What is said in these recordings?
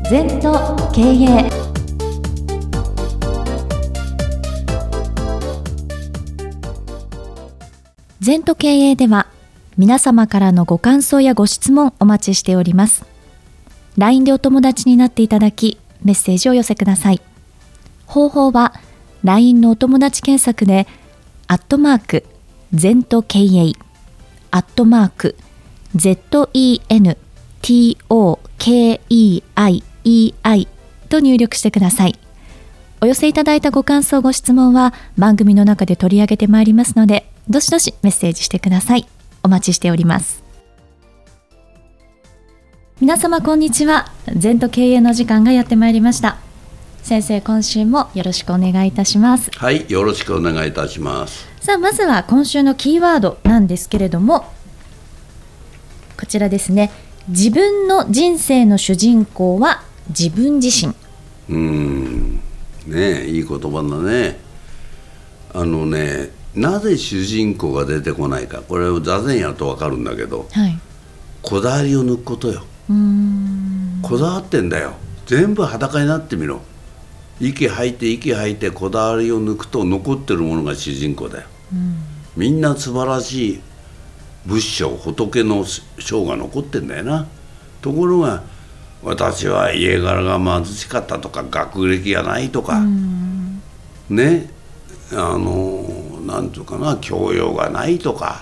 禅と経営。禅と経営では皆様からのご感想やご質問お待ちしております。 LINE でお友達になっていただきメッセージを寄せください。方法は LINE のお友達検索で禅と経営ZENTOKEIEI と入力してください。お寄せいただいたご感想ご質問は番組の中で取り上げてまいりますので、どしどしメッセージしてください。お待ちしております。皆様こんにちは。禅と経営の時間がやってまいりました。先生、今週もよろしくお願いいたします。 はい、よろしくお願いいたします。 さあ、まずは今週のキーワードなんですけれども、こちらですね。自分の人生の主人公は自分自身。 ねえ、いい言葉だね。なぜ主人公が出てこないか、これを座禅やると分かるんだけど、 はい、 こだわりを抜くことよ。こだわってんだよ。全部裸になってみろ。息吐いてこだわりを抜くと残ってるものが主人公だよ。みんな素晴らしい仏性、仏の性が残ってんだよな。ところが私は家柄が貧しかったとか、学歴がないとか、ね、なんていうかな、教養がないとか、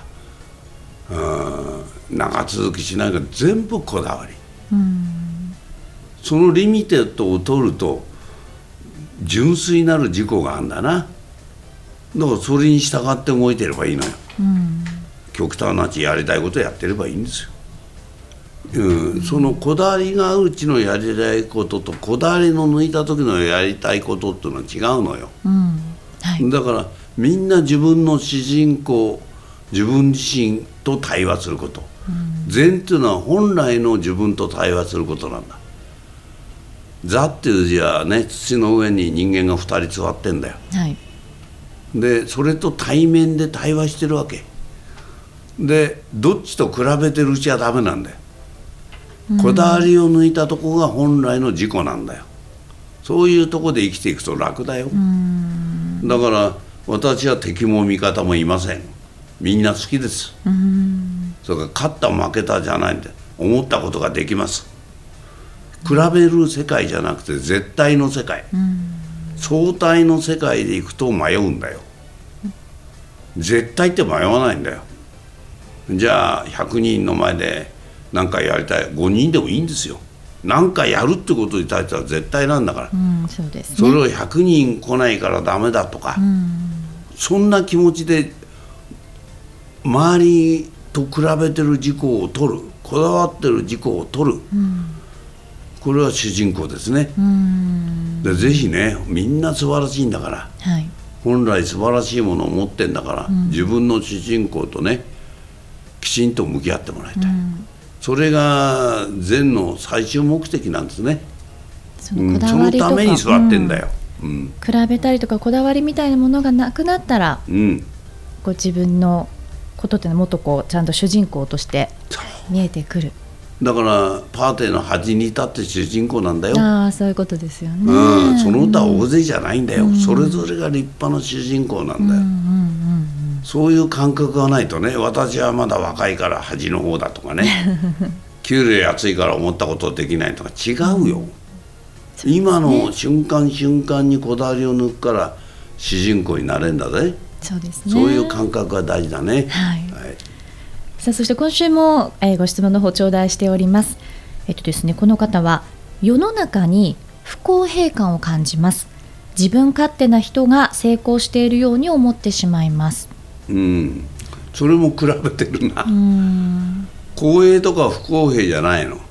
長続きしないから、全部こだわり。そのリミテッドを取ると純粋なる自己があるんだな。だからそれに従って動いてればいいのよ。極端なちやりたいことやってればいいんですよ。そのこだわりがあるうちのやりたいことと、こだわりの抜いた時のやりたいことっていうのは違うのよ。だからみんな自分の主人公、自分自身と対話すること。禅っていうのは本来の自分と対話することなんだ。座っていう字はね、土の上に人間が2人座ってんだよ。でそれと対面で対話してるわけで、どっちと比べてるうちはダメなんだよ。こだわりを抜いたとこが本来の自己なんだよ。そういうとこで生きていくと楽だよ。だから私は敵も味方もいません。みんな好きです。それから勝った負けたじゃないんで、思ったことができます。比べる世界じゃなくて絶対の世界、相対の世界でいくと迷うんだよ。絶対って迷わないんだよ。じゃあ100人の前で何かやりたい、5人でもいいんですよ。何かやるってことに対しては絶対なんだから、 そうですね、 それを100人来ないからダメだとか、そんな気持ちで周りと比べてる自己を取る、こだわってる自己を取る、これは主人公ですね。でぜひね、みんな素晴らしいんだから、本来素晴らしいものを持ってんだから、自分の主人公とねきちんと向き合ってもらいたい。それが禅の最終目的なんですね。そのために座ってんだよ。 比べたりとかこだわりみたいなものがなくなったら、こう自分のことってのはもっとこうちゃんと主人公として見えてくる。 だからパーティーの端に立って主人公なんだよ。 そういうことですよね。 その他大勢じゃないんだよ。それぞれが立派な主人公なんだよ。そういう感覚がないとね、私はまだ若いから端の方だとかね給料安いから思ったことできないとか、違うよ。今の瞬間瞬間にこだわりを抜くから主人公になれるんだぜ。 そうですね。 そういう感覚が大事だね。 さあ、そして今週も、ご質問の方頂戴しております。ですね、この方は世の中に不公平感を感じます。自分勝手な人が成功しているように思ってしまいます。 それも比べてるな。公平とか不公平じゃないの。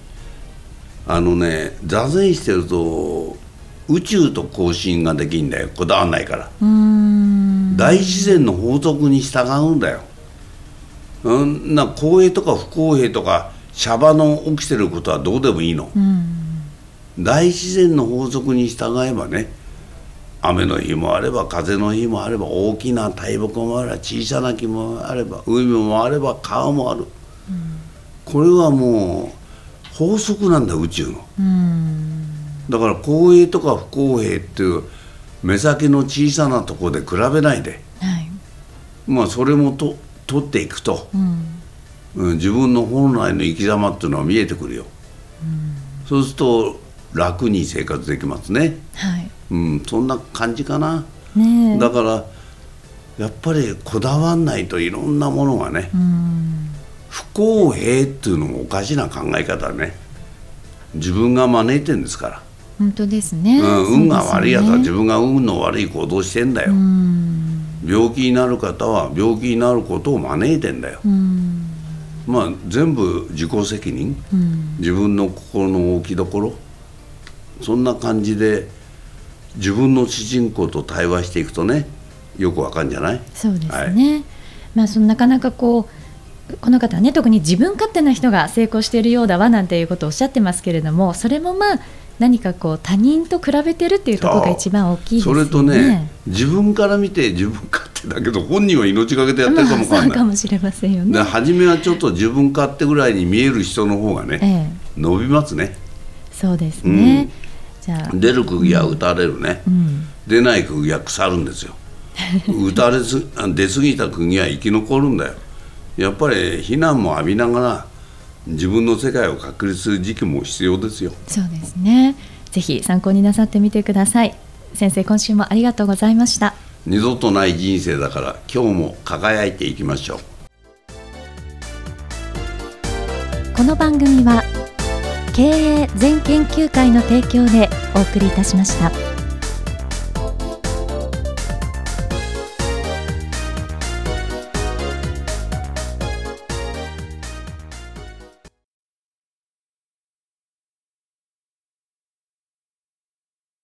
座禅してると宇宙と交信ができるんだよ。こだわんないから。大自然の法則に従うんだよ。公平とか不公平とかシャバの起きてることはどうでもいいの。大自然の法則に従えばね、雨の日もあれば風の日もあれば、大きな大木もあれば小さな木もあれば、海もあれば川もある、これはもう法則なんだ、宇宙の。 だから公平とか不公平っていう目先の小さなところで比べないで、 はい、 まあそれも取っていくと、自分の本来の生き様っていうのは見えてくるよ、そうすると楽に生活できますね、 はい、 そんな感じかな、 ね、 だからやっぱりこだわんないといろんなものがね、不公平っていうのもおかしな考え方ね。自分が招いてるんですから。 本当ですね、 運が悪いやつは自分が運の悪い行動してんだよ。病気になる方は病気になることを招いてんだよ。まあ全部自己責任、自分の心の置きどころ、そんな感じで自分の主人公と対話していくとね、よくわかるんじゃない？ そうですね、まあ、なかなかこの方はね、特に自分勝手な人が成功しているようだわなんていうことをおっしゃってますけれども、それもまあ何か他人と比べてるっていうところが一番大きいですよね。 それとね、自分から見て自分勝手だけど本人は命がけてやってるかもわかんない、 そうかもしれませんよね。 初めはちょっと自分勝手ぐらいに見える人の方がね、伸びますね。 そうですね、じゃあ出る釘は打たれるね、出ない釘は腐るんですよ出過ぎた釘は生き残るんだよ。やっぱり非難も浴びながら自分の世界を確立する時期も必要ですよ。 そうですね、ぜひ参考になさってみてください。先生、今週もありがとうございました。 二度とない人生だから今日も輝いていきましょう。 この番組は経営全研究会の提供でお送りいたしました。